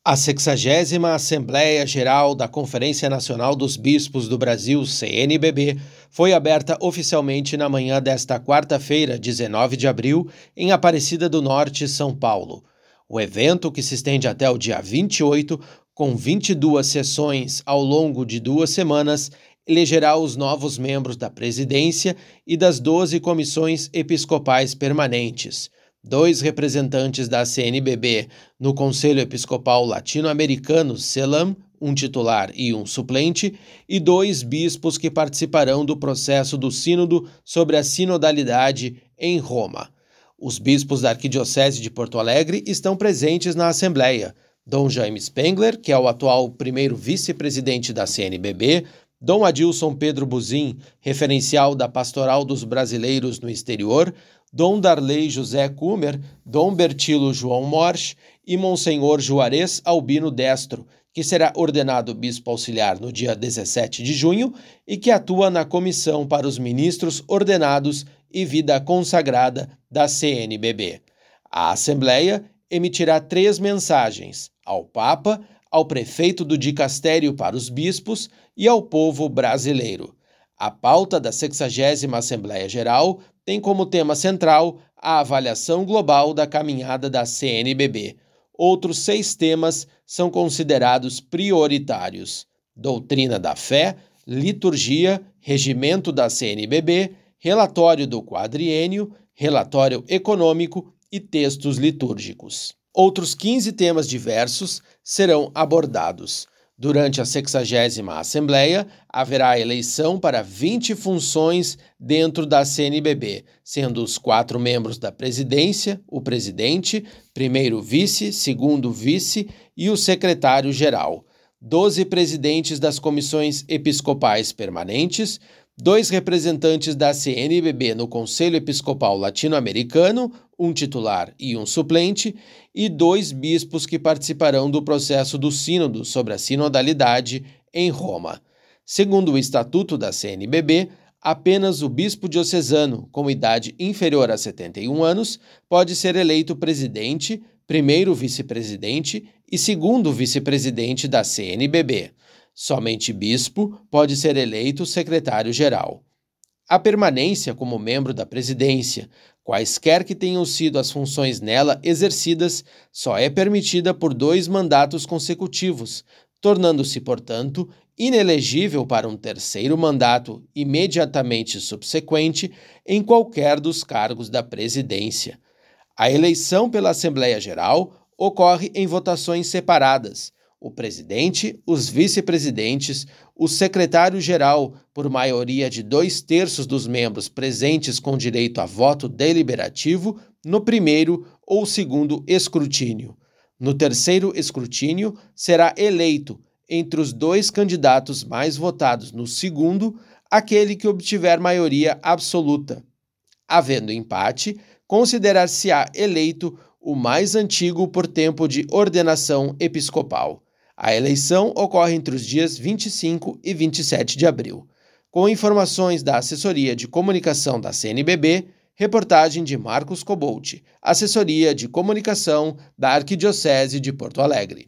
A 60ª Assembleia Geral da Conferência Nacional dos Bispos do Brasil, CNBB, foi aberta oficialmente na manhã desta quarta-feira, 19 de abril, em Aparecida do Norte, São Paulo. O evento, que se estende até o dia 28, com 22 sessões ao longo de 2 semanas, elegerá os novos membros da presidência e das 12 comissões episcopais permanentes. 2 representantes da CNBB no Conselho Episcopal Latino-Americano, CELAM, um titular e um suplente, e 2 bispos que participarão do processo do Sínodo sobre a sinodalidade em Roma. Os bispos da Arquidiocese de Porto Alegre estão presentes na Assembleia. Dom Jaime Spengler, que é o atual primeiro vice-presidente da CNBB, Dom Adilson Pedro Buzin, referencial da Pastoral dos Brasileiros no Exterior, Dom Darley José Kumer, Dom Bertilo João Morsch e Monsenhor Juarez Albino Destro, que será ordenado bispo auxiliar no dia 17 de junho e que atua na Comissão para os Ministros Ordenados e Vida Consagrada da CNBB. A Assembleia emitirá 3 mensagens ao Papa, ao prefeito do Dicastério para os Bispos e ao povo brasileiro. A pauta da 60ª Assembleia Geral tem como tema central a avaliação global da caminhada da CNBB. Outros 6 temas são considerados prioritários: doutrina da fé, liturgia, regimento da CNBB, relatório do quadriênio, relatório econômico e textos litúrgicos. Outros 15 temas diversos serão abordados. Durante a 60ª Assembleia, haverá eleição para 20 funções dentro da CNBB, sendo os 4 membros da presidência, o presidente, primeiro vice, segundo vice e o secretário-geral, 12 presidentes das comissões episcopais permanentes, 2 representantes da CNBB no Conselho Episcopal Latino-Americano, um titular e um suplente, e 2 bispos que participarão do processo do Sínodo sobre a sinodalidade em Roma. Segundo o Estatuto da CNBB, apenas o bispo diocesano, com idade inferior a 71 anos, pode ser eleito presidente, primeiro vice-presidente e segundo vice-presidente da CNBB. Somente bispo pode ser eleito secretário-geral. A permanência como membro da presidência, quaisquer que tenham sido as funções nela exercidas, só é permitida por 2 mandatos consecutivos, tornando-se, portanto, inelegível para um terceiro mandato imediatamente subsequente em qualquer dos cargos da presidência. A eleição pela Assembleia Geral ocorre em votações separadas. O presidente, os vice-presidentes, o secretário-geral, por maioria de 2/3 dos membros presentes com direito a voto deliberativo, no primeiro ou segundo escrutínio. No terceiro escrutínio, será eleito, entre os 2 candidatos mais votados no segundo, aquele que obtiver maioria absoluta. Havendo empate, considerar-se-á eleito o mais antigo por tempo de ordenação episcopal. A eleição ocorre entre os dias 25 e 27 de abril. Com informações da Assessoria de Comunicação da CNBB, reportagem de Marcos Cobolt, Assessoria de Comunicação da Arquidiocese de Porto Alegre.